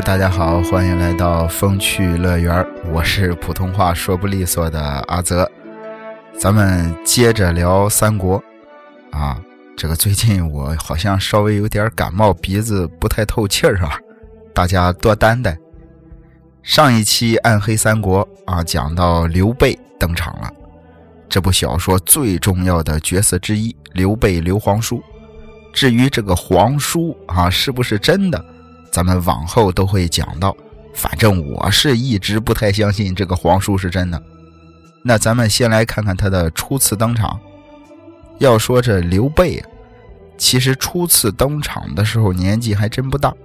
大家好，欢迎来到风趣乐园，我是普通话说不利索的阿泽。咱们接着聊三国啊，这个最近我好像稍微有点感冒，鼻子不太透气儿啊，大家多担待。上一期暗黑三国啊，讲到刘备登场了，这部小说最重要的角色之一，刘备刘皇叔。至于这个皇叔啊是不是真的，咱们往后都会讲到，反正我是一直不太相信这个皇叔是真的。那咱们先来看看他的初次登场。要说这刘备其实初次登场的时候年纪还真不大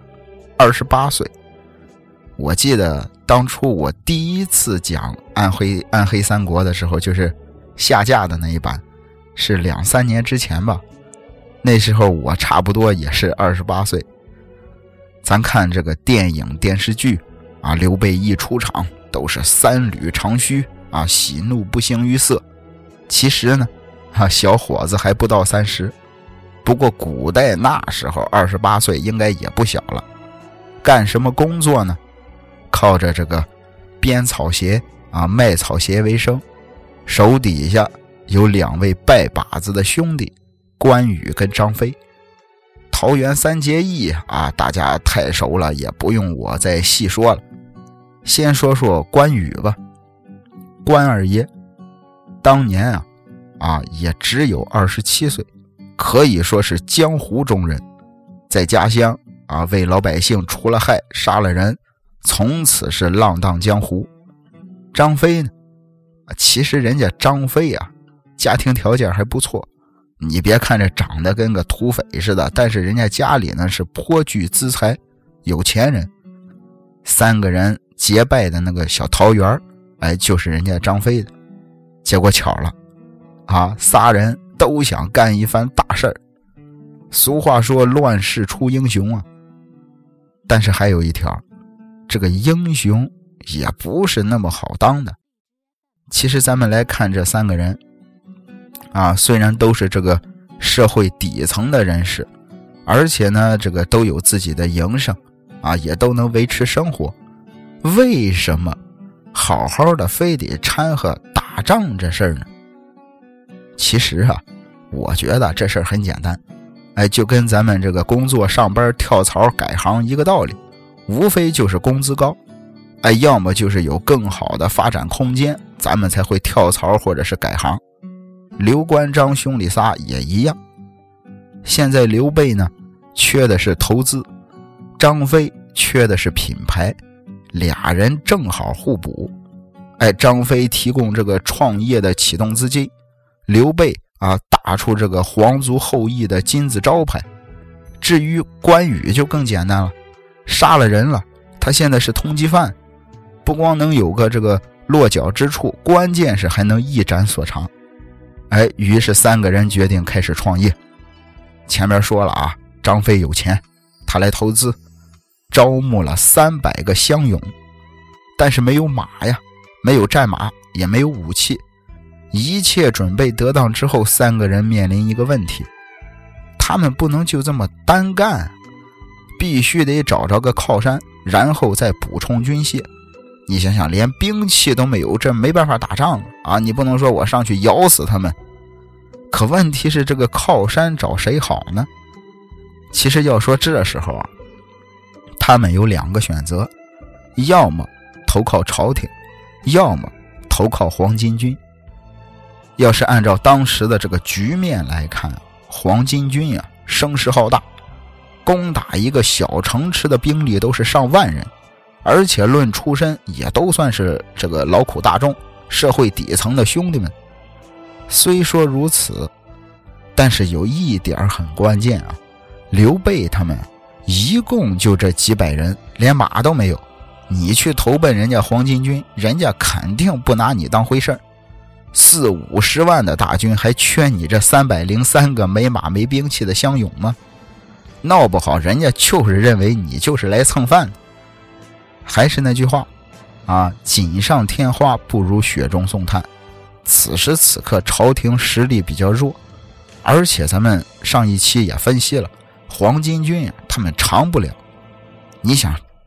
，28岁。我记得当初我第一次讲暗黑三国的时候，就是下架的那一版，是2-3年之前吧，那时候我差不多也是28岁。咱看这个电影电视剧啊，刘备一出场都是三缕长须啊，喜怒不形于色。其实呢小伙子还不到30，不过古代那时候28岁应该也不小了。干什么工作呢？靠着这个编草鞋啊，卖草鞋为生。手底下有2位拜把子的兄弟，关羽跟张飞。桃园三结义啊，大家太熟了，也不用我再细说了。先说说关羽吧。关二爷当年也只有27岁，可以说是江湖中人，在家乡为老百姓除了害，杀了人，从此是浪荡江湖。张飞呢，其实人家张飞家庭条件还不错，你别看这长得跟个土匪似的，但是人家家里呢是颇具资财，有钱人。3个人结拜的那个小桃园就是人家张飞的。结果巧了仨人都想干一番大事儿。俗话说乱世出英雄啊，但是还有一条，这个英雄也不是那么好当的。其实咱们来看这3个人虽然都是这个社会底层的人士，而且呢这个都有自己的营生也都能维持生活，为什么好好的非得掺和打仗这事儿呢？其实我觉得这事儿很简单，就跟咱们这个工作上班跳槽改行一个道理，无非就是工资高，要么就是有更好的发展空间，咱们才会跳槽或者是改行。刘关张兄弟仨也一样。现在刘备呢缺的是投资，张飞缺的是品牌，俩人正好互补。张飞提供这个创业的启动资金，刘备打出这个皇族后裔的金字招牌。至于关羽就更简单了，杀了人了，他现在是通缉犯，不光能有个这个落脚之处，关键是还能一展所长。于是3个人决定开始创业。前面说了张飞有钱，他来投资，招募了300个乡勇，但是没有马呀，没有战马，也没有武器。一切准备得当之后，3个人面临一个问题，他们不能就这么单干，必须得找着个靠山，然后再补充军械。你想想，连兵器都没有，这没办法打仗你不能说我上去咬死他们。可问题是这个靠山找谁好呢？其实要说这时候他们有2个选择，要么投靠朝廷，要么投靠黄巾军。要是按照当时的这个局面来看，黄巾军声势浩大，攻打一个小城池的兵力都是上万人，而且论出身也都算是这个劳苦大众，社会底层的兄弟们。虽说如此，但是有一点很关键刘备他们一共就这几百人，连马都没有，你去投奔人家黄巾军，人家肯定不拿你当回事儿。40-50万的大军还缺你这303个没马没兵器的乡勇吗？闹不好人家就是认为你就是来蹭饭的。还是那句话锦上添花不如雪中送炭。此时此刻朝廷实力比较弱，而且咱们上一期也分析了，黄巾军他们长不了。你想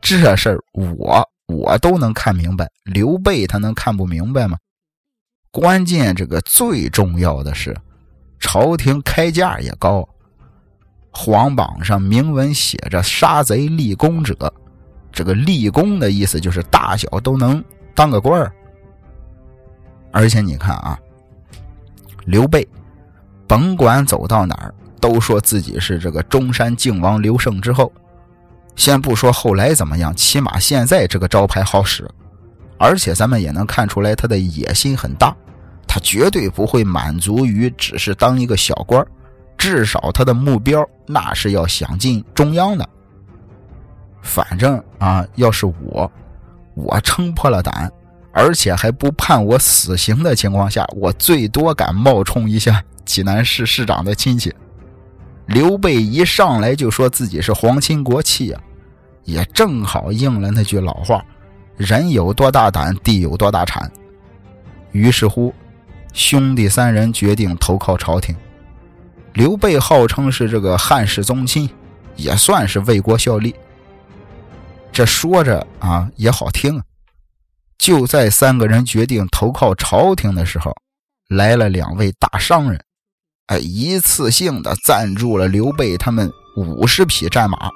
这事儿我都能看明白，刘备他能看不明白吗？关键这个最重要的是，朝廷开价也高，皇榜上明文写着杀贼立功者，这个立功的意思就是大小都能当个官儿。而且你看啊，刘备甭管走到哪儿都说自己是这个中山靖王刘胜之后，先不说后来怎么样，起码现在这个招牌好使。而且咱们也能看出来他的野心很大，他绝对不会满足于只是当一个小官，至少他的目标那是要想进中央的。反正啊，要是我撑破了胆，而且还不判我死刑的情况下，我最多敢冒充一下济南市市长的亲戚。刘备一上来就说自己是皇亲国戚啊，也正好应了那句老话，人有多大胆，地有多大产。于是乎，兄弟三人决定投靠朝廷。刘备号称是这个汉室宗亲，也算是为国效力。这说着啊也好听啊。就在三个人决定投靠朝廷的时候，来了两位大商人，一次性的赞助了刘备他们50匹战马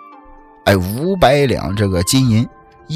，500两这个金银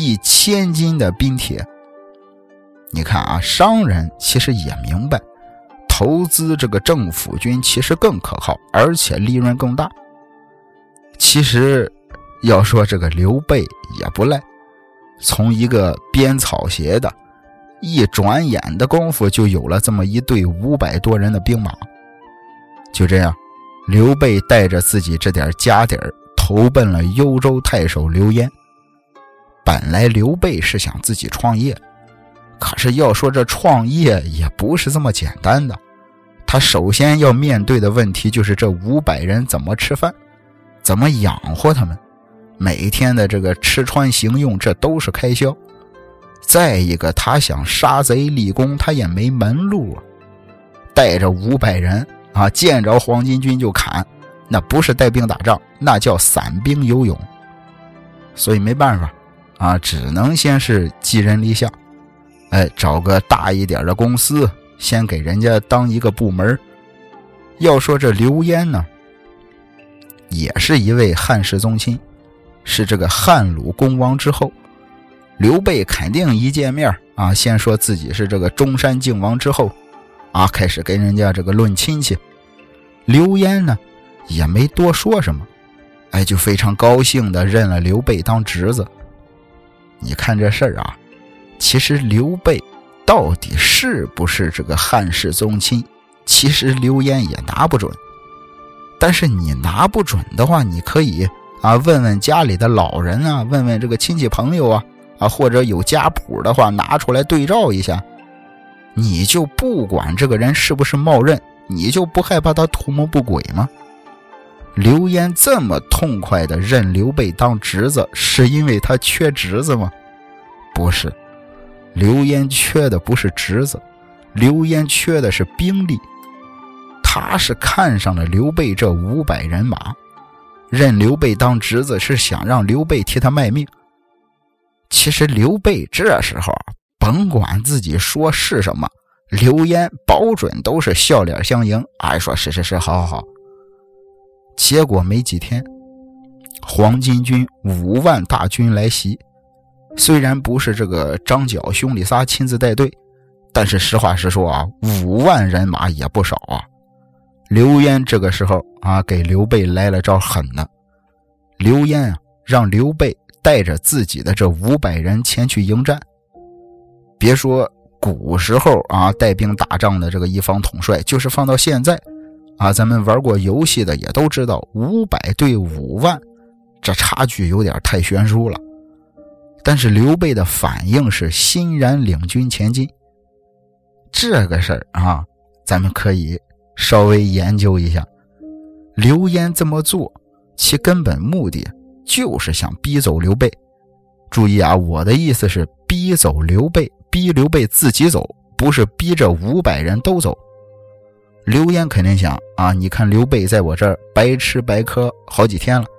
，1000斤的冰铁。你看啊，商人其实也明白，投资这个政府军其实更可靠，而且利润更大。其实要说这个刘备也不赖，从一个编草鞋的，一转眼的功夫就有了这么一队500多人的兵马。就这样，刘备带着自己这点家底儿投奔了幽州太守刘焉。本来刘备是想自己创业，可是要说这创业也不是这么简单的。他首先要面对的问题就是这500人怎么吃饭，怎么养活他们，每天的这个吃穿行用这都是开销。再一个，他想杀贼立功他也没门路啊，带着500人啊，见着黄巾军就砍，那不是带兵打仗，那叫散兵游勇。所以没办法啊，只能先是寄人篱下，找个大一点的公司，先给人家当一个部门。要说这刘焉呢，也是一位汉室宗亲，是这个汉鲁公王之后。刘备肯定一见面啊，先说自己是这个中山靖王之后啊，开始跟人家这个论亲戚。刘焉呢也没多说什么，就非常高兴的认了刘备当侄子。你看这事儿啊，其实刘备到底是不是这个汉室宗亲，其实刘焉也拿不准。但是你拿不准的话，你可以啊问问家里的老人啊，问问这个亲戚朋友啊，或者有家谱的话拿出来对照一下。你就不管这个人是不是冒认，你就不害怕他图谋不轨吗？刘焉这么痛快的认刘备当侄子，是因为他缺侄子吗？不是，刘焉缺的不是侄子，刘焉缺的是兵力。他是看上了刘备这500人马，认刘备当侄子是想让刘备替他卖命。其实刘备这时候甭管自己说是什么，刘焉保准都是笑脸相迎，说是好好好。结果没几天，黄巾军5万大军来袭，虽然不是这个张角兄弟仨亲自带队，但是实话实说啊，5万人马也不少啊。刘焉这个时候啊，给刘备来了招狠的。刘焉啊，让刘备带着自己的这500人前去迎战。别说古时候啊带兵打仗的这个一方统帅，就是放到现在啊，咱们玩过游戏的也都知道，500对5万，这差距有点太悬殊了。但是刘备的反应是欣然领军前进。这个事儿啊，咱们可以稍微研究一下。刘焉这么做，其根本目的就是想逼走刘备。注意啊，我的意思是逼走刘备，逼刘备自己走，不是逼着500人都走。刘焉肯定想啊，你看刘备在我这儿白吃白喝好几天了，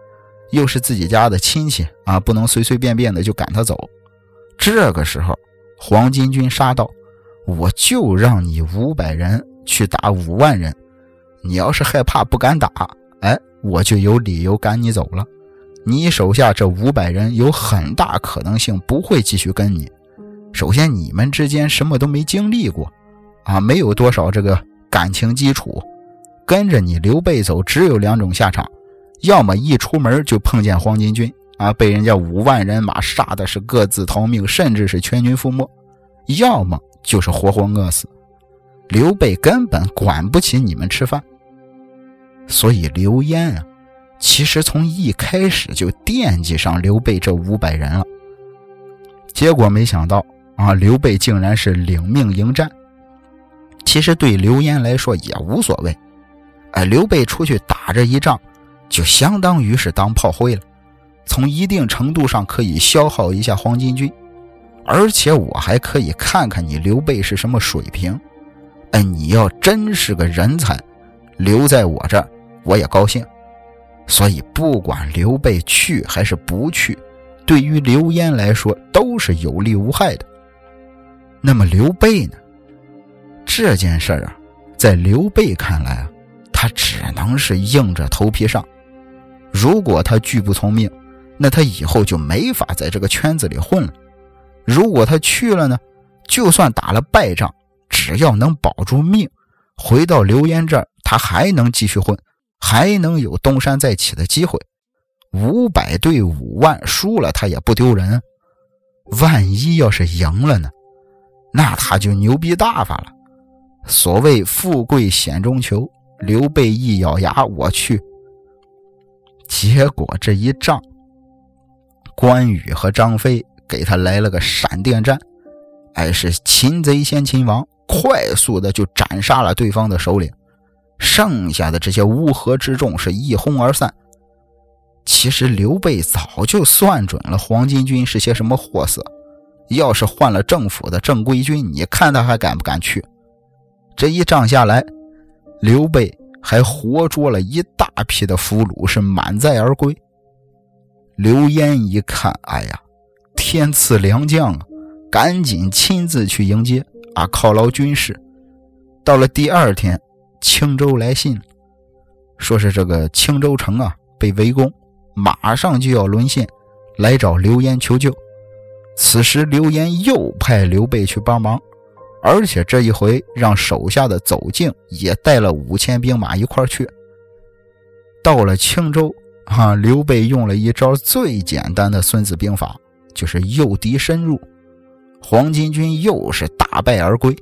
又是自己家的亲戚啊，不能随随便便的就赶他走。这个时候黄巾军杀道，我就让你500人去打5万人，你要是害怕不敢打，我就有理由赶你走了。你手下这500人有很大可能性不会继续跟你。首先你们之间什么都没经历过啊，没有多少这个感情基础，跟着你刘备走只有2种下场，要么一出门就碰见黄巾军啊，被人家5万人马杀的是各自逃命，甚至是全军覆没，要么就是活活饿死。刘备根本管不起你们吃饭。所以刘焉啊，其实从一开始就惦记上刘备这500人了。结果没想到啊，刘备竟然是领命迎战。其实对刘焉来说也无所谓，刘备出去打这一仗就相当于是当炮灰了，从一定程度上可以消耗一下黄巾军，而且我还可以看看你刘备是什么水平。你要真是个人才，留在我这儿我也高兴。所以不管刘备去还是不去，对于刘焉来说都是有利无害的。那么刘备呢？这件事啊，在刘备看来啊，他只能是硬着头皮上。如果他拒不从命，那他以后就没法在这个圈子里混了。如果他去了呢，就算打了败仗，只要能保住命，回到刘焉这儿，他还能继续混，还能有东山再起的机会。500对5万，输了他也不丢人。万一要是赢了呢，那他就牛逼大发了。所谓富贵险中求，刘备一咬牙，我去。结果这一仗，关羽和张飞给他来了个闪电战，是擒贼先擒王，快速的就斩杀了对方的首领，剩下的这些乌合之众是一哄而散。其实刘备早就算准了黄巾军是些什么货色，要是换了政府的正规军，你看他还敢不敢去？这一仗下来，刘备还活捉了一大批的俘虏，是满载而归。刘焉一看，天赐良将啊，赶紧亲自去迎接啊，犒劳军士。到了第2天，青州来信，说是这个青州城啊被围攻，马上就要沦陷，来找刘焉求救。此时刘焉又派刘备去帮忙，而且这一回让手下的走径也带了5000兵马一块去。到了青州啊，刘备用了一招最简单的孙子兵法，就是诱敌深入。黄巾军又是大败而归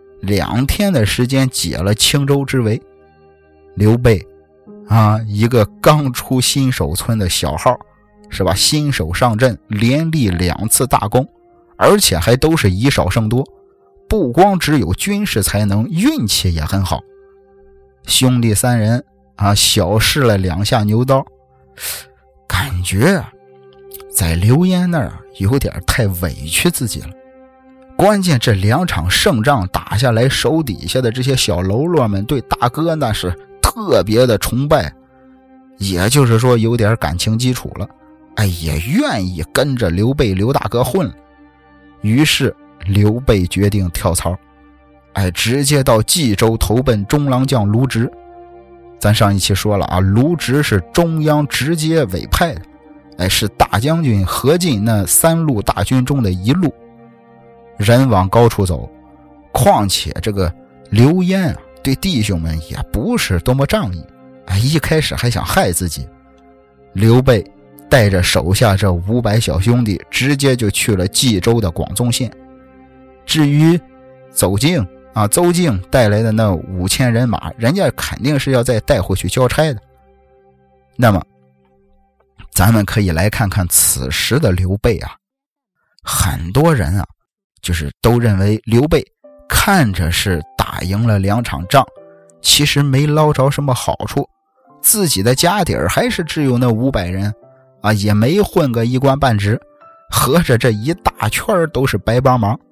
，2天的时间解了青州之围。刘备一个刚出新手村的小号，是吧？新手上阵，连立2次大功，而且还都是以少胜多。不光只有军事才能，运气也很好。兄弟3人小试了2下牛刀，感觉在刘焉那儿有点太委屈自己了。关键这2场胜仗打下来，手底下的这些小喽啰们对大哥那是特别的崇拜，也就是说有点感情基础了，也愿意跟着刘备刘大哥混了。于是刘备决定跳槽，直接到冀州投奔中郎将卢植。咱上一期说了卢植是中央直接委派的，是大将军何进那3路大军中的1路。人往高处走，况且这个刘焉对弟兄们也不是多么仗义，一开始还想害自己。刘备带着手下这500小兄弟直接就去了冀州的广宗县。至于邹靖带来的那5000人马，人家肯定是要再带回去交差的。那么咱们可以来看看此时的刘备很多人就是都认为刘备看着是打赢了2场仗，其实没捞着什么好处，自己的家底儿还是只有那500人也没混个一官半职，合着这一大圈都是白帮忙。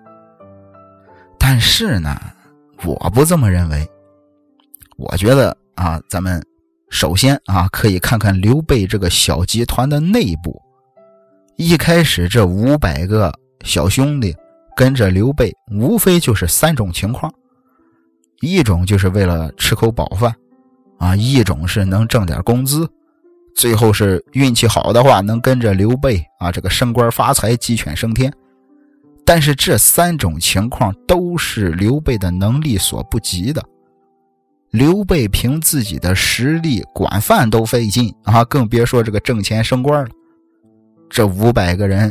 但是呢，我不这么认为。我觉得咱们首先可以看看刘备这个小集团的内部。一开始这500个小兄弟跟着刘备，无非就是3种情况。一种就是为了吃口饱饭一种是能挣点工资，最后是运气好的话能跟着刘备这个升官发财，鸡犬升天。但是这3种情况都是刘备的能力所不及的。刘备凭自己的实力管饭都费劲更别说这个挣钱升官了。这500个人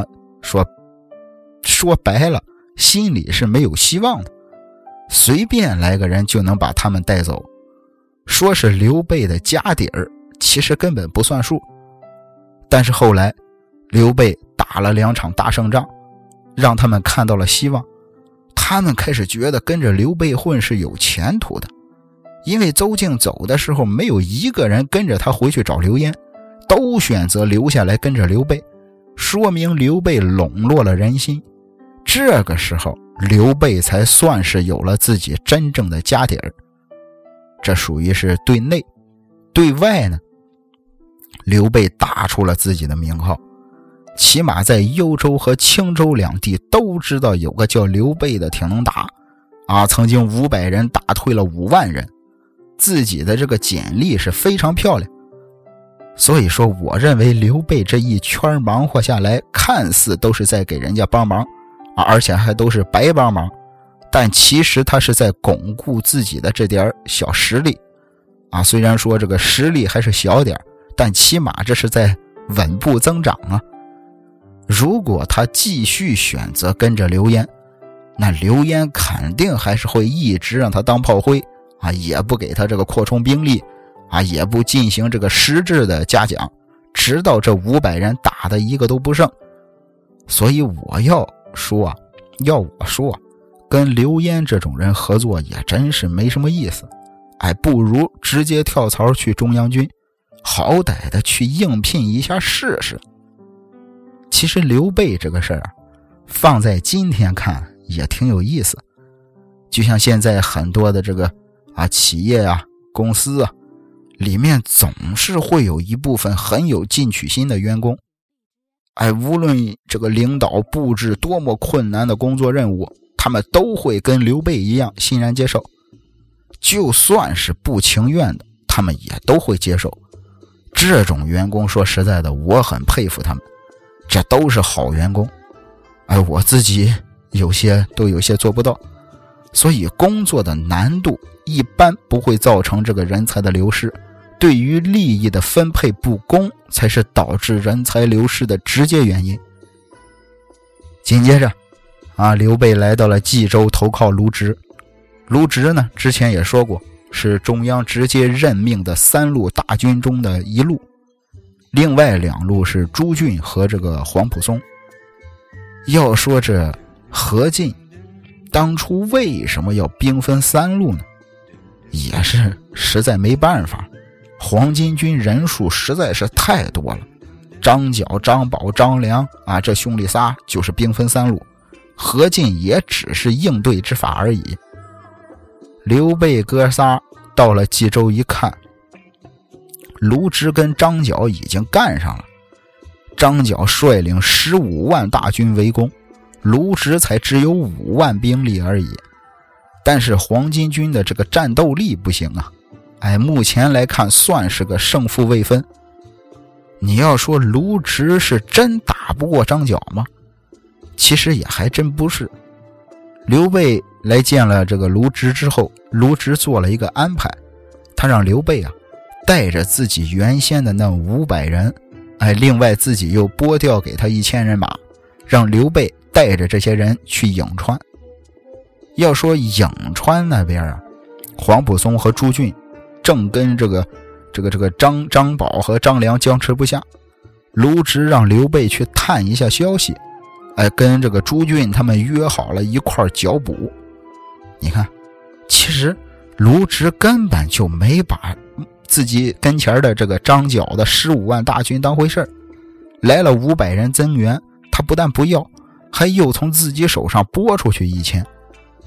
说白了心里是没有希望的，随便来个人就能把他们带走。说是刘备的家底儿，其实根本不算数。但是后来刘备打了2场大胜仗，让他们看到了希望，他们开始觉得跟着刘备混是有前途的。因为邹靖走的时候没有一个人跟着他回去找刘焉，都选择留下来跟着刘备，说明刘备笼络了人心。这个时候刘备才算是有了自己真正的家底儿。这属于是对内。对外呢，刘备打出了自己的名号，起码在幽州和青州两地都知道有个叫刘备的挺能打曾经500人打退了5万人，自己的这个简历是非常漂亮。所以说我认为刘备这一圈忙活下来，看似都是在给人家帮忙而且还都是白帮忙，但其实他是在巩固自己的这点小实力虽然说这个实力还是小点，但起码这是在稳步增长如果他继续选择跟着刘焉，那刘焉肯定还是会一直让他当炮灰也不给他这个扩充兵力也不进行这个实质的嘉奖，直到这500人打的一个都不剩。所以我说跟刘焉这种人合作也真是没什么意思，不如直接跳槽去中央军，好歹的去应聘一下试试。其实刘备这个事儿放在今天看也挺有意思，就像现在很多的这个企业公司里面总是会有一部分很有进取心的员工，无论这个领导布置多么困难的工作任务，他们都会跟刘备一样欣然接受，就算是不情愿的他们也都会接受。这种员工说实在的我很佩服他们，这都是好员工。我自己有些做不到，所以工作的难度一般不会造成这个人才的流失，对于利益的分配不公才是导致人才流失的直接原因。紧接着刘备来到了冀州投靠卢植。卢植呢之前也说过，是中央直接任命的3路大军中的1路，另外2路是朱俊和这个黄埔松。要说这何进当初为什么要兵分3路呢？也是实在没办法，黄巾军人数实在是太多了，张角、张宝、张良这兄弟仨就是兵分3路，何进也只是应对之法而已。刘备哥仨到了冀州一看，卢植跟张角已经干上了，张角率领15万大军围攻，卢植才只有5万兵力而已。但是黄巾军的这个战斗力不行目前来看算是个胜负未分。你要说卢植是真打不过张角吗？其实也还真不是。刘备来见了这个卢植之后，卢植做了一个安排，他让刘备带着自己原先的那500人，另外自己又拨调给他1000人马，让刘备带着这些人去颍川。要说颍川那边黄埔松和朱俊正跟这个张宝和张良僵持不下，卢植让刘备去探一下消息，跟这个朱俊他们约好了一块剿捕。你看，其实卢植根本就没把自己跟前的这个张角的15万大军当回事，来了500人增援，他不但不要，还又从自己手上拨出去1000。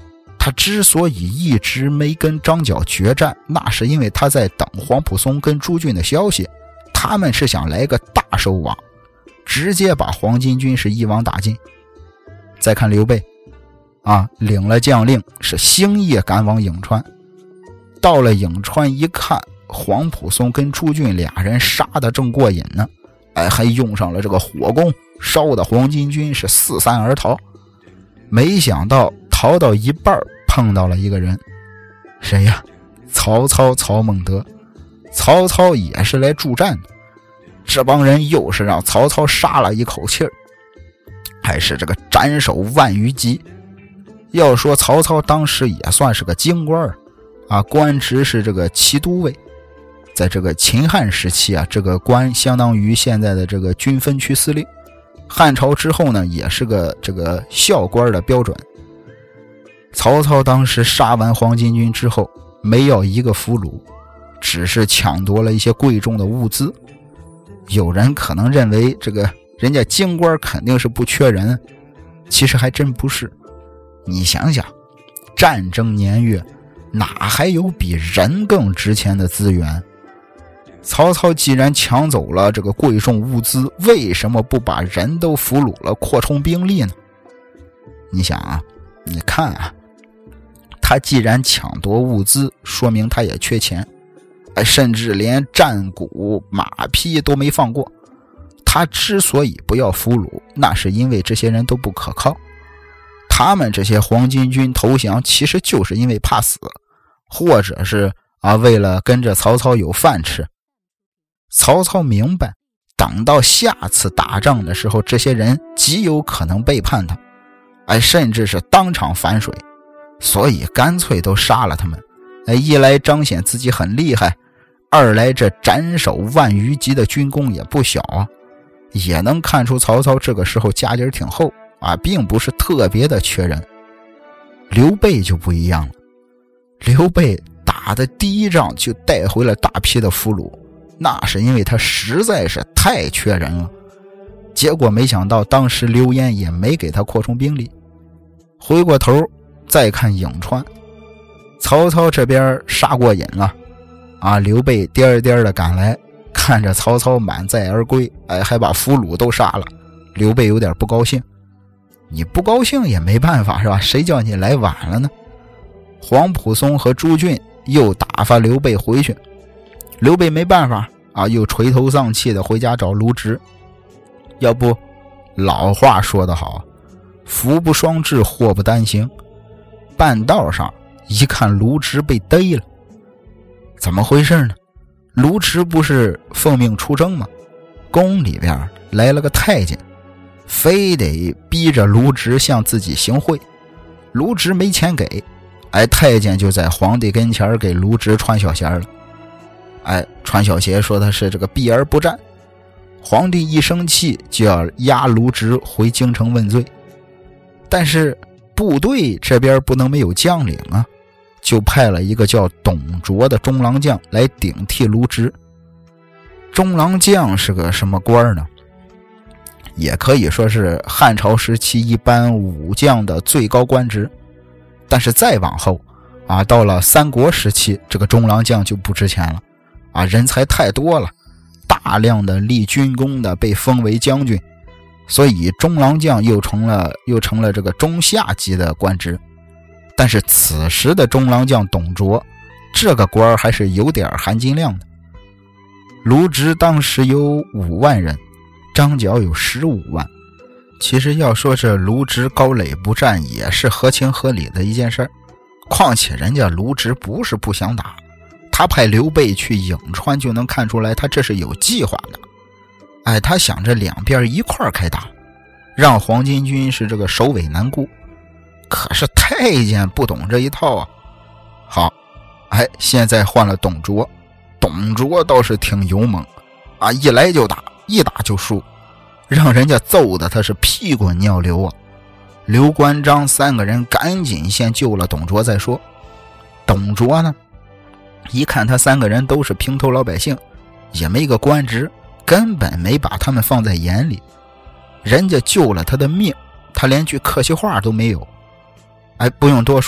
他之所以一直没跟张角决战，那是因为他在等黄埔松跟朱俊的消息，他们是想来个大收网，直接把黄巾军是一网打尽。再看刘备领了将令，是星夜赶往颍川。到了颍川一看，黄埔松跟朱俊俩人杀得正过瘾呢，还用上了这个火攻，烧的黄巾军是四散而逃。没想到逃到一半碰到了一个人，谁呀？曹操曹孟德。曹操也是来助战的，这帮人又是让曹操杀了一口气儿，还是这个斩首万余级。要说曹操当时也算是个京官官职是这个骑都尉，在这个秦汉时期这个官相当于现在的这个军分区司令。汉朝之后呢，也是个这个校官的标准。曹操当时杀完黄巾军之后，没要一个俘虏，只是抢夺了一些贵重的物资。有人可能认为这个人家京官肯定是不缺人，其实还真不是。你想想，战争年月哪还有比人更值钱的资源？曹操既然抢走了这个贵重物资，为什么不把人都俘虏了，扩充兵力呢？你想你看他既然抢夺物资，说明他也缺钱，甚至连战鼓马匹都没放过。他之所以不要俘虏，那是因为这些人都不可靠。他们这些黄巾军投降，其实就是因为怕死，或者是为了跟着曹操有饭吃。曹操明白，等到下次打仗的时候，这些人极有可能背叛他，甚至是当场反水，所以干脆都杀了他们。一来彰显自己很厉害，二来这斩首万余级的军功也不小也能看出曹操这个时候家底挺厚并不是特别的缺人。刘备就不一样了，刘备打的第一仗就带回了大批的俘虏，那是因为他实在是太缺人了。结果没想到当时刘焉也没给他扩充兵力。回过头再看颍川，曹操这边杀过瘾了刘备颠颠的赶来，看着曹操满载而归，还把俘虏都杀了，刘备有点不高兴。你不高兴也没办法是吧？谁叫你来晚了呢？黄埔松和朱俊又打发刘备回去，刘备没办法又垂头丧气的回家找卢植。要不老话说得好，福不双至，祸不单行。半道上一看卢植被逮了，怎么回事呢？卢植不是奉命出征吗？宫里边来了个太监，非得逼着卢植向自己行贿，卢植没钱给，太监就在皇帝跟前给卢植穿小鞋了。穿小鞋说他是这个避而不战，皇帝一生气就要押卢植回京城问罪。但是部队这边不能没有将领就派了一个叫董卓的中郎将来顶替卢植。中郎将是个什么官呢？也可以说是汉朝时期一般武将的最高官职。但是再往后到了三国时期，这个中郎将就不值钱了人才太多了，大量的立军功的被封为将军，所以中郎将又成了这个中下级的官职。但是此时的中郎将董卓这个官还是有点含金量的。卢植当时有5万人，张角有15万。其实要说这卢植高垒不战也是合情合理的一件事儿，况且人家卢植不是不想打，他派刘备去颍川就能看出来他这是有计划的。他想着两边一块开打，让黄巾军是这个首尾难顾。可是太监不懂这一套好，现在换了董卓，董卓倒是挺勇猛一来就打，一打就输，让人家揍的他是屁滚尿流刘关张3个人赶紧先救了董卓再说。董卓呢，一看他3个人都是平头老百姓，也没个官职，根本没把他们放在眼里。人家救了他的命，他连句客气话都没有。不用多说，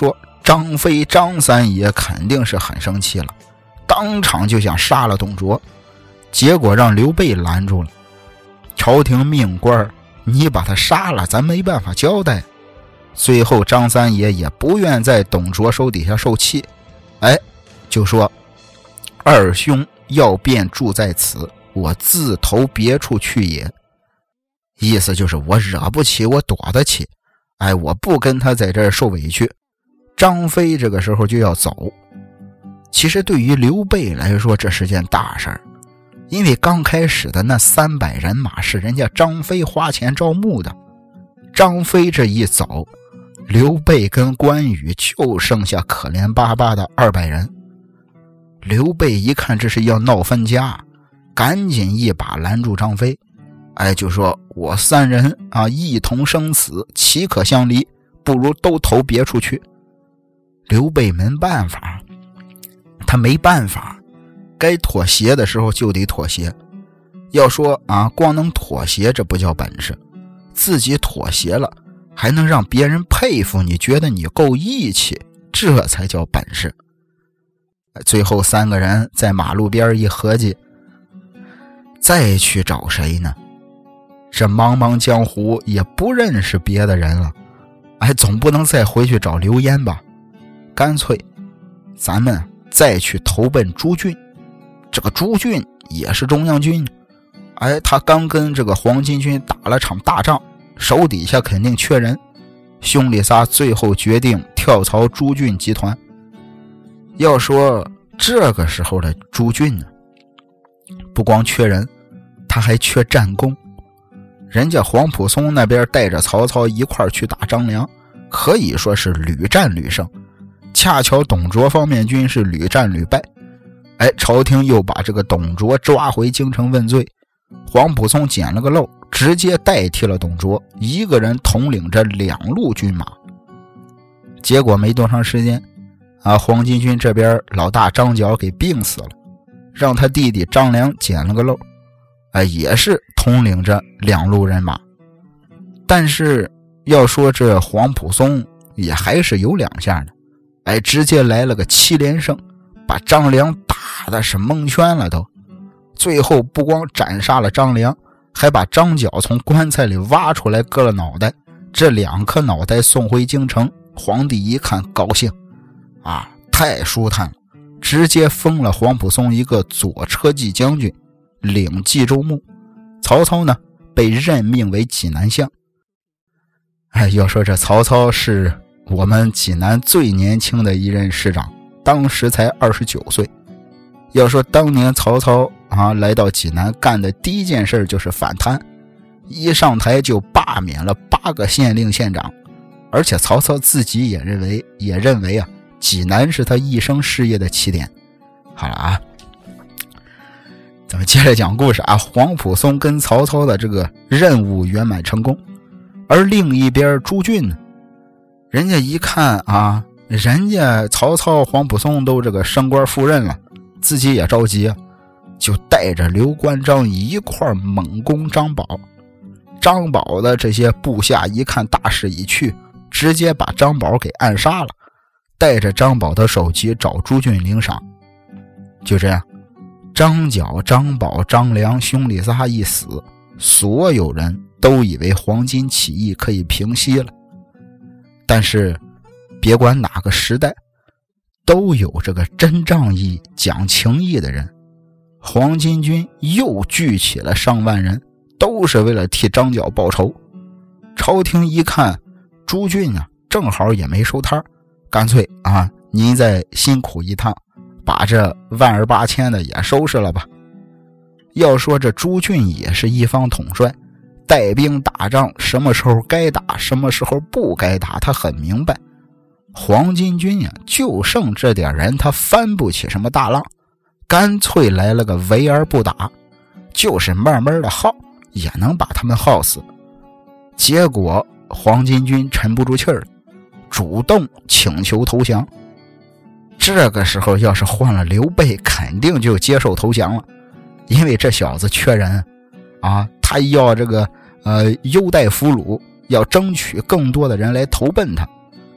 张飞张三爷肯定是很生气了，当场就想杀了董卓，结果让刘备拦住了。朝廷命官，你把他杀了，咱没办法交代。最后张三爷也不愿在董卓手底下受气，就说二兄要便住在此，我自投别处去也。意思就是我惹不起，我躲得起，我不跟他在这儿受委屈。张飞这个时候就要走。其实对于刘备来说，这是件大事儿，因为刚开始的那300人马是人家张飞花钱招募的，张飞这一走，刘备跟关羽就剩下可怜巴巴的200人。刘备一看这是要闹分家，赶紧一把拦住张飞，就说我3人一同生死，岂可相离，不如都投别处去。刘备没办法，他没办法，该妥协的时候就得妥协。要说光能妥协这不叫本事，自己妥协了还能让别人佩服你，觉得你够义气，这才叫本事。最后3个人在马路边一合计，再去找谁呢？这茫茫江湖也不认识别的人了，总不能再回去找刘焉吧？干脆咱们再去投奔朱俊。这个朱俊也是中央军，他刚跟这个黄巾军打了场大仗，手底下肯定缺人。兄弟仨最后决定跳槽朱俊集团。要说这个时候的朱俊呢，不光缺人，他还缺战功。人家黄埔松那边带着曹操一块去打张良，可以说是屡战屡胜，恰巧董卓方面军是屡战屡败。朝廷又把这个董卓抓回京城问罪，黄埔松捡了个漏，直接代替了董卓，一个人统领着2路军马。结果没多长时间黄巾军这边老大张角给病死了，让他弟弟张良捡了个漏，也是统领着2路人马。但是要说这黄埔松也还是有2下的，直接来了个7连胜，把张良打的是蒙圈了都。最后不光斩杀了张良，还把张角从棺材里挖出来割了脑袋，这2颗脑袋送回京城。皇帝一看高兴太舒坦了，直接封了黄埔松一个左车骑将军，领冀州牧。曹操呢被任命为济南相。要说这曹操是我们济南最年轻的一任市长，当时才29岁。要说当年曹操来到济南干的第一件事就是反贪，一上台就罢免了8个县令县长，而且曹操自己也认为济南是他一生事业的起点。好了咱们接着讲故事黄埔松跟曹操的这个任务圆满成功。而另一边朱俊呢，人家一看人家曹操黄埔松都这个升官赴任了，自己也着急就带着刘关张一块猛攻张宝。张宝的这些部下一看大势已去，直接把张宝给暗杀了，带着张宝的首级找朱俊领赏。就这样，张角、张宝、张良兄弟仨一死，所有人都以为黄巾起义可以平息了。但是别管哪个时代，都有这个真仗义讲情义的人。黄巾军又聚起了上万人，都是为了替张角报仇。朝廷一看朱俊正好也没收摊，干脆您再辛苦一趟，把这18000的也收拾了吧。要说这朱俊也是一方统帅，带兵打仗，什么时候该打，什么时候不该打，他很明白。黄巾军就剩这点人，他翻不起什么大浪，干脆来了个围而不打，就是慢慢的耗，也能把他们耗死。结果黄巾军沉不住气儿，主动请求投降。这个时候要是换了刘备，肯定就接受投降了，因为这小子缺人他要这个优待俘虏，要争取更多的人来投奔他。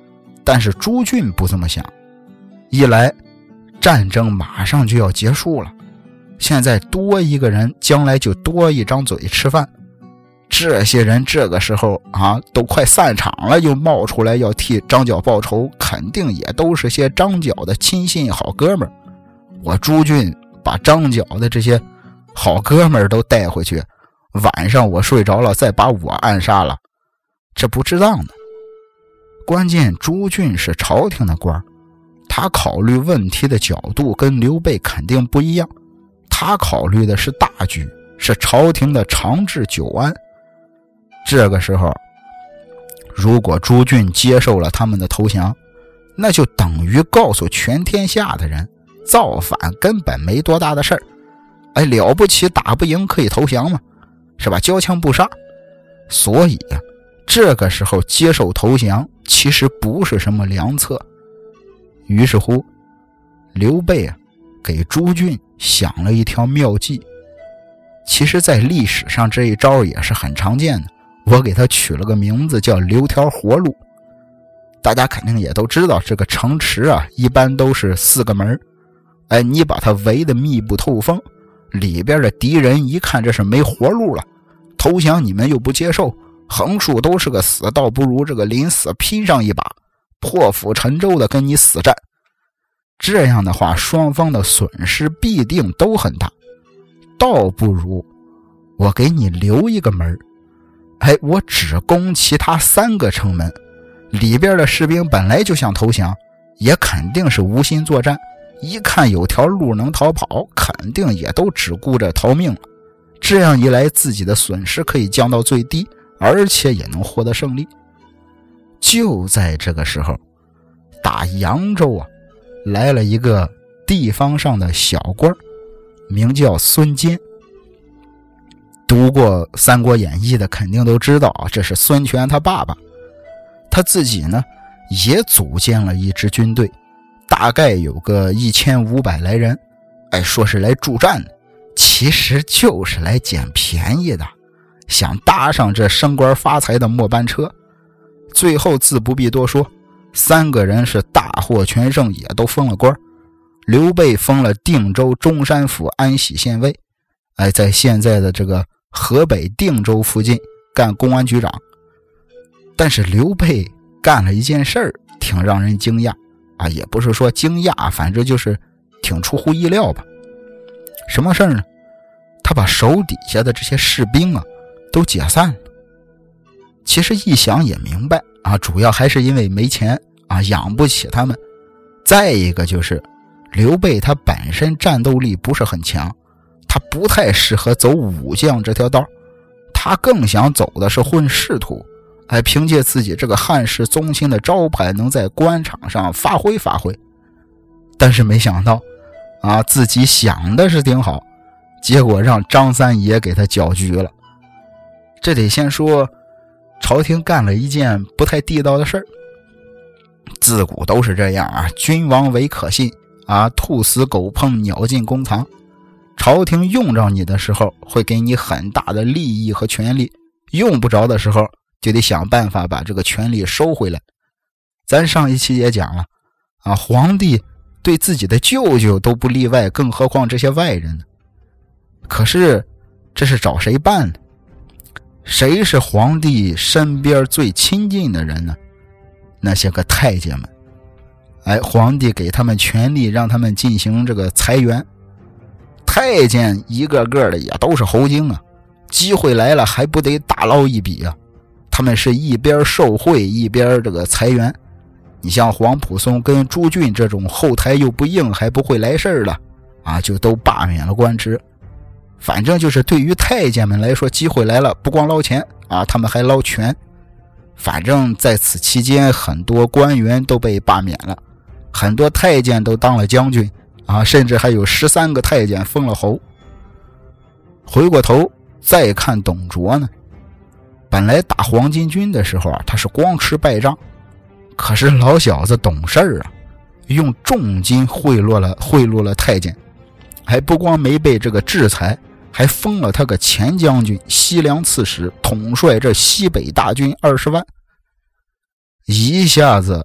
但是朱俊不这么想，一来战争马上就要结束了，现在多一个人将来就多一张嘴吃饭，这些人这个时候都快散场了，又冒出来要替张角报仇，肯定也都是些张角的亲信好哥们儿。我朱俊把张角的这些好哥们儿都带回去，晚上我睡着了再把我暗杀了，这不值当的。关键朱俊是朝廷的官，他考虑问题的角度跟刘备肯定不一样，他考虑的是大局，是朝廷的长治久安。这个时候如果朱俊接受了他们的投降，那就等于告诉全天下的人，造反根本没多大的事儿，了不起打不赢可以投降嘛，是吧？交枪不杀。所以这个时候接受投降其实不是什么良策。于是乎刘备给朱俊想了一条妙计，其实在历史上这一招也是很常见的，我给他取了个名字叫留条活路。大家肯定也都知道，这个城池一般都是4个门，你把它围得密不透风，里边的敌人一看这是没活路了，投降你们又不接受，横竖都是个死，倒不如这个临死拼上一把，破釜沉舟的跟你死战。这样的话双方的损失必定都很大，倒不如我给你留一个门，我只攻其他3个城门，里边的士兵本来就想投降，也肯定是无心作战，一看有条路能逃跑，肯定也都只顾着逃命了。这样一来自己的损失可以降到最低，而且也能获得胜利。就在这个时候，打扬州来了一个地方上的小官，名叫孙坚。读过《三国演义》的肯定都知道这是孙权他爸爸。他自己呢也组建了一支军队，大概有个1500来人，说是来助战的，其实就是来捡便宜的，想搭上这升官发财的末班车。最后自不必多说，3个人是大获全胜，也都封了官。刘备封了定州中山府安喜县尉，在现在的这个河北定州附近干公安局长。但是刘备干了一件事儿，挺让人惊讶也不是说惊讶，反正就是挺出乎意料吧。什么事儿呢？他把手底下的这些士兵都解散了。其实一想也明白主要还是因为没钱养不起他们。再一个就是刘备他本身战斗力不是很强，他不太适合走武将这条道，他更想走的是混仕途，凭借自己这个汉室宗亲的招牌能在官场上发挥发挥。但是没想到自己想的是挺好，结果让张三爷给他搅局了。这得先说朝廷干了一件不太地道的事儿。自古都是这样君王唯可信兔死狗烹，鸟尽弓藏。朝廷用着你的时候会给你很大的利益和权利，用不着的时候就得想办法把这个权利收回来。咱上一期也讲了皇帝对自己的舅舅都不例外，更何况这些外人呢？可是这是找谁办呢？谁是皇帝身边最亲近的人呢？那些个太监们。皇帝给他们权力，让他们进行这个裁员。太监一个个的也都是猴精机会来了还不得大捞一笔他们是一边受贿一边这个裁员。你像黄埔松跟朱俊这种后台又不硬还不会来事儿的就都罢免了官职。反正就是对于太监们来说，机会来了不光捞钱他们还捞权。反正在此期间很多官员都被罢免了，很多太监都当了将军甚至还有13个太监封了侯。回过头再看董卓呢，本来打黄巾军的时候他是光吃败仗，可是老小子懂事儿用重金贿赂了太监，还不光没被这个制裁，还封了他个前将军、西凉刺史，统帅这西北大军20万。一下子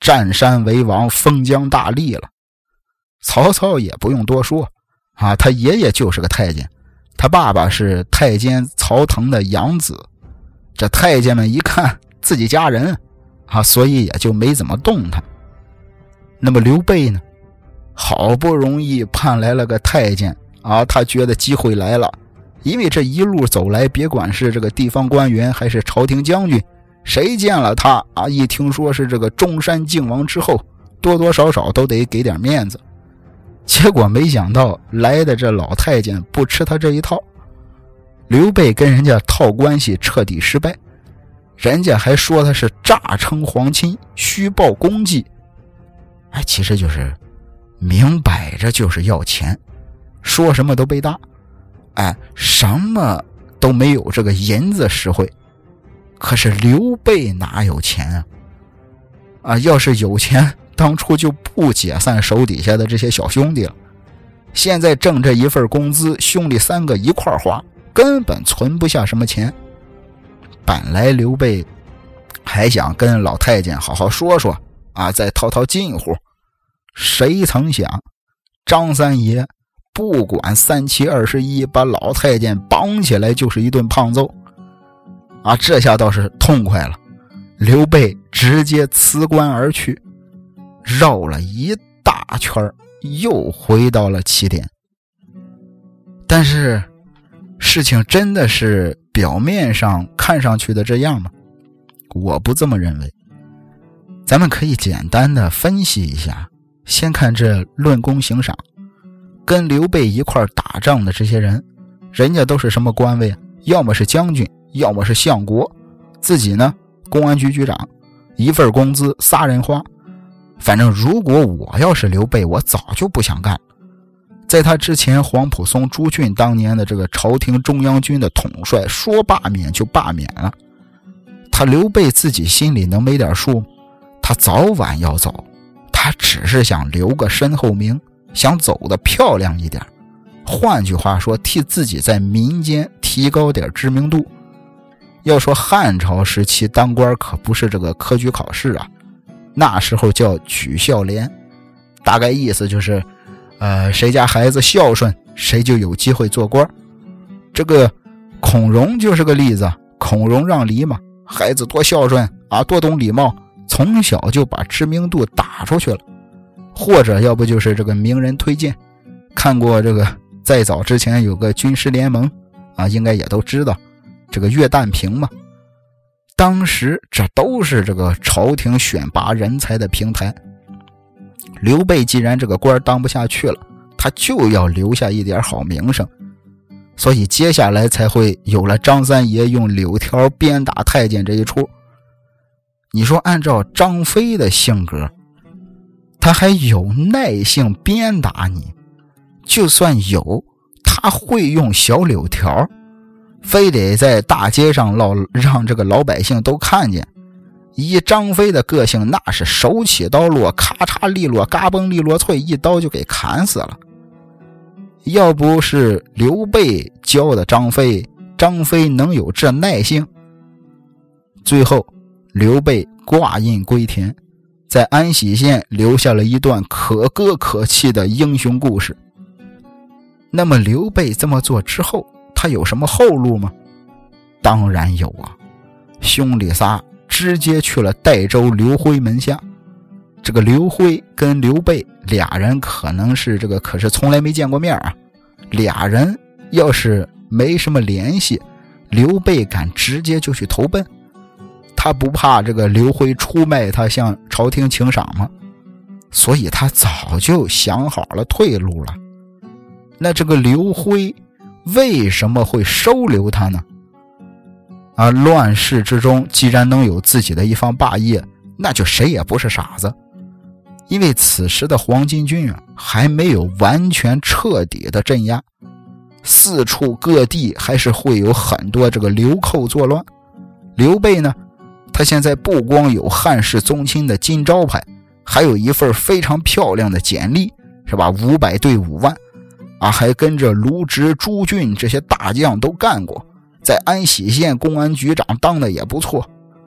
占山为王，封疆大吏了。曹操也不用多说啊，他爷爷就是个太监，他爸爸是太监曹腾的养子。这太监们一看自己家人啊，所以也就没怎么动他。那么刘备呢，好不容易盼来了个太监啊，他觉得机会来了。因为这一路走来，别管是这个地方官员还是朝廷将军，谁见了他啊，一听说是这个中山靖王之后，多多少少都得给点面子。结果没想到来的这老太监不吃他这一套，刘备跟人家套关系彻底失败，人家还说他是诈称皇亲，虚报功绩。其实就是明摆着就是要钱，说什么都被搭。什么都没有这个银子实惠。可是刘备哪有钱啊？要是有钱，当初就不解散手底下的这些小兄弟了。现在挣这一份工资，兄弟3个一块花，根本存不下什么钱。本来刘备还想跟老太监好好说说啊，再套套近乎，谁曾想张三爷不管3七21，把老太监绑起来就是一顿胖揍啊！这下倒是痛快了，刘备直接辞官而去，绕了一大圈又回到了起点。但是事情真的是表面上看上去的这样吗？我不这么认为。咱们可以简单的分析一下，先看这论功行赏。跟刘备一块打仗的这些人，人家都是什么官位啊？要么是将军，要么是相国，自己呢公安局局长，一份工资仨人花。反正如果我要是刘备，我早就不想干。在他之前，黄埔松、朱俊当年的这个朝廷中央军的统帅，说罢免就罢免了。他刘备自己心里能没点数吗？他早晚要走，他只是想留个身后名，想走得漂亮一点，换句话说，替自己在民间提高点知名度。要说汉朝时期当官可不是这个科举考试啊，那时候叫举孝廉，大概意思就是谁家孩子孝顺，谁就有机会做官。这个孔融就是个例子，孔融让梨嘛，孩子多孝顺啊，多懂礼貌，从小就把知名度打出去了。或者要不就是这个名人推荐，看过这个再早之前有个军师联盟啊，应该也都知道这个岳旦平嘛。当时这都是这个朝廷选拔人才的平台。刘备既然这个官当不下去了，他就要留下一点好名声，所以接下来才会有了张三爷用柳条鞭打太监这一出。你说按照张飞的性格，他还有耐性鞭打你？就算有，他会用小柳条，非得在大街上让这个老百姓都看见。以张飞的个性，那是手起刀落，咔嚓利落，嘎嘣利落脆，一刀就给砍死了。要不是刘备教的张飞，张飞能有这耐性？最后刘备挂印归田，在安喜县留下了一段可歌可泣的英雄故事。那么刘备这么做之后，他有什么后路吗？当然有啊，兄弟仨直接去了代州刘辉门下。这个刘辉跟刘备俩人可是从来没见过面啊。俩人要是没什么联系，刘备敢直接就去投奔？他不怕这个刘辉出卖他向朝廷请赏吗？所以他早就想好了退路了。那这个刘辉为什么会收留他呢？乱世之中既然能有自己的一方霸业，那就谁也不是傻子。因为此时的黄巾军还没有完全彻底的镇压，四处各地还是会有很多这个流寇作乱。刘备呢，他现在不光有汉室宗亲的金招牌，还有一份非常漂亮的简历，是吧？500对5万啊，还跟着卢植、朱俊这些大将都干过，在安喜县公安局长当的也不错。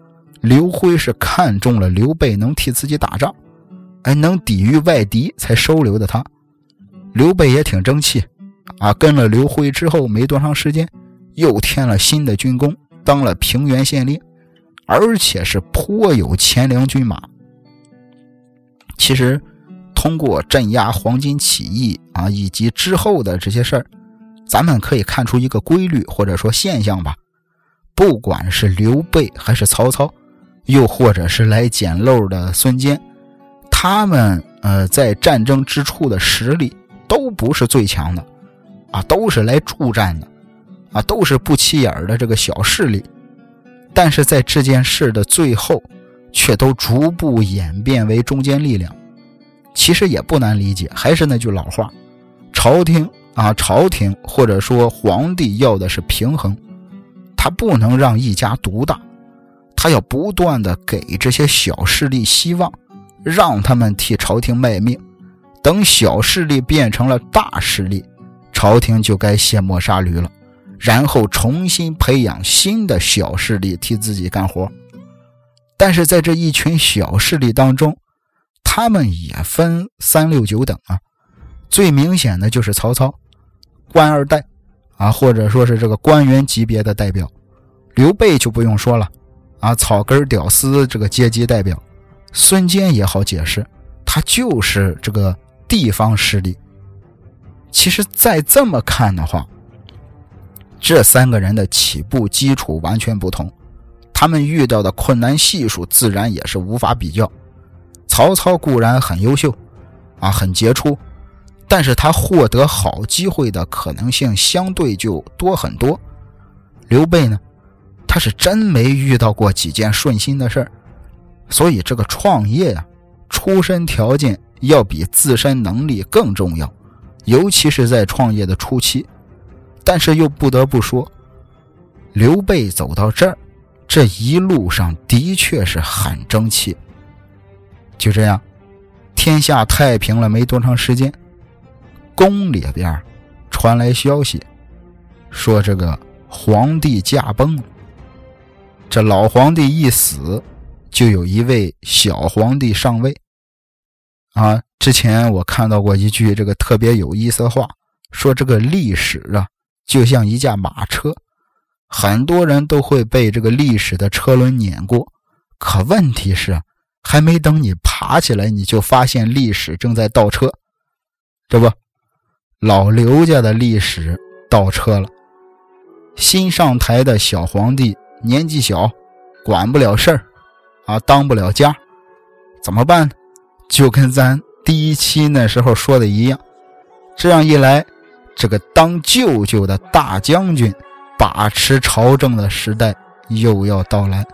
刘辉是看中了刘备能替自己打仗，能抵御外敌才收留的他。刘备也挺争气跟了刘辉之后没多长时间，又添了新的军功，当了平原县令，而且是颇有钱粮军马。其实通过镇压黄巾起义以及之后的这些事儿，咱们可以看出一个规律或者说现象吧。不管是刘备还是曹操，又或者是来捡漏的孙坚，他们在战争之初的实力都不是最强的都是来助战的都是不起眼的这个小势力。但是在这件事的最后，却都逐步演变为中坚力量。其实也不难理解，还是那句老话，朝廷或者说皇帝要的是平衡，他不能让一家独大，他要不断的给这些小势力希望，让他们替朝廷卖命。等小势力变成了大势力，朝廷就该卸磨杀驴了，然后重新培养新的小势力替自己干活。但是在这一群小势力当中，他们也分3、6、9等最明显的就是曹操，官二代或者说是这个官员级别的代表。刘备就不用说了草根屌丝这个阶级代表。孙坚也好解释，他就是这个地方势力。其实再这么看的话，这3个人的起步基础完全不同，他们遇到的困难系数自然也是无法比较。曹操固然很优秀很杰出，但是他获得好机会的可能性相对就多很多。刘备呢，他是真没遇到过几件顺心的事儿，所以这个创业出身条件要比自身能力更重要，尤其是在创业的初期。但是又不得不说，刘备走到这儿，这一路上的确是很争气。就这样，天下太平了没多长时间，宫里边传来消息，说这个皇帝驾崩了。这老皇帝一死，就有一位小皇帝上位之前我看到过一句这个特别有意思的话，说这个历史就像一架马车，很多人都会被这个历史的车轮碾过，可问题是还没等你爬起来，你就发现历史正在倒车。这不，老刘家的历史倒车了。新上台的小皇帝年纪小，管不了事儿当不了家，怎么办呢？就跟咱第一期那时候说的一样，这样一来，这个当舅舅的大将军把持朝政的时代又要到来。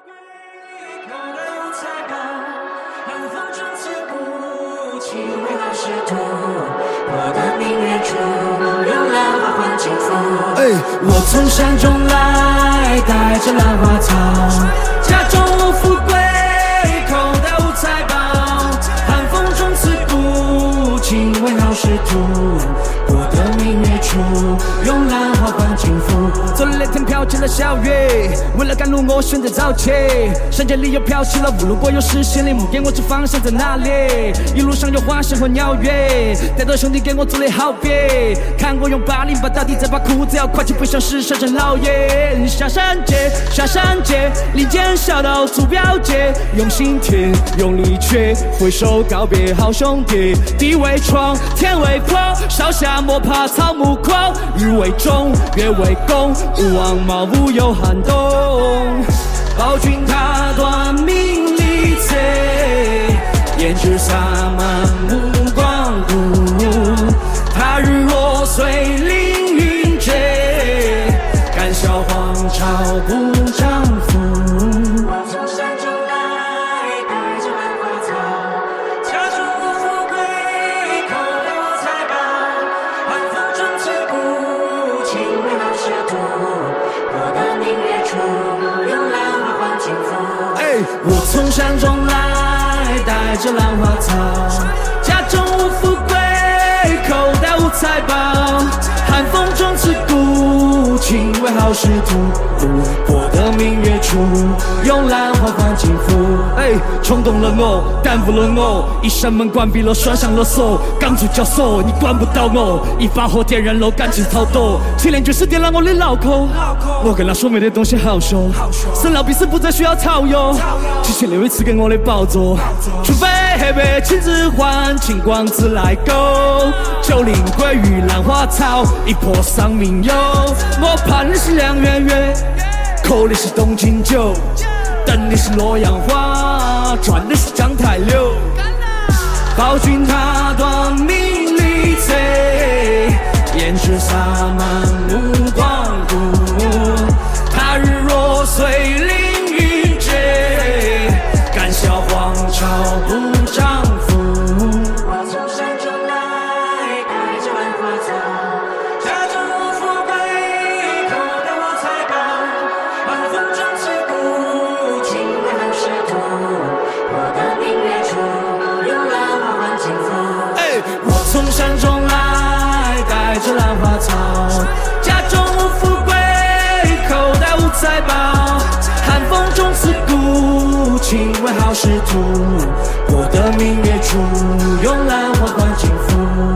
我从山中来，带着兰花草，家中无富贵，口袋无财宝，寒风中刺骨，情为好仕途，我的明月处，用兰花换金符。走了2天飘起了小雨，为了赶路我选择早起，山间里又飘起了雾，路过有视线里，目眼我知方向在哪里，一路上有花香和鸟语，带着兄弟给我做的好比，看我用808打底，再把裤子要挎起，不像是上阵老爷。下山街，离间小到祖标街，用心田，用力去，挥手告别好兄弟。地为床，天为坡，少下莫怕草木狂，日为中，月为公，勿忘茅屋有寒冬。暴君他断命离贼，胭脂洒满目光顾，他日若随凌云追，敢笑皇朝不丈夫。我从山中来，带着兰花草，家中无富贵，口袋无财宝，寒风中刺骨，情为好仕途，我的明月处，用兰花换金符。我从山中来，带着兰花草，家中无富贵，口袋无财宝，寒风中刺骨， 情为好仕途，我的明月处，用兰花换金符。冲动了我，耽误了我，一扇门关闭了，拴上了锁。钢铸教唆，你管不到我，一把火点燃了感情逃躲。七连就是点燃我的脑壳，我跟他说没得东西好说，生老病死不再需要草药。7761赐给我的宝座，除非黑白亲自换，晴光自来狗。90归于兰花草，一泼丧命友。我盼的是梁月月，口的是东京酒，等的是洛阳花，赚的是章太柳。暴君他断命里贼，胭脂洒满目光顾。他日若遂凌云坠，敢笑皇朝不丈夫。我从山中来，带着兰花草，家中无富贵，口袋无财宝。晚风中刺骨，情为好仕途。我的明月处，用兰花换金符。我从山中来，带着兰花草，家中无富贵，口袋无财宝。寒风中刺骨，情为好仕途。我的明月处，用兰花换金符。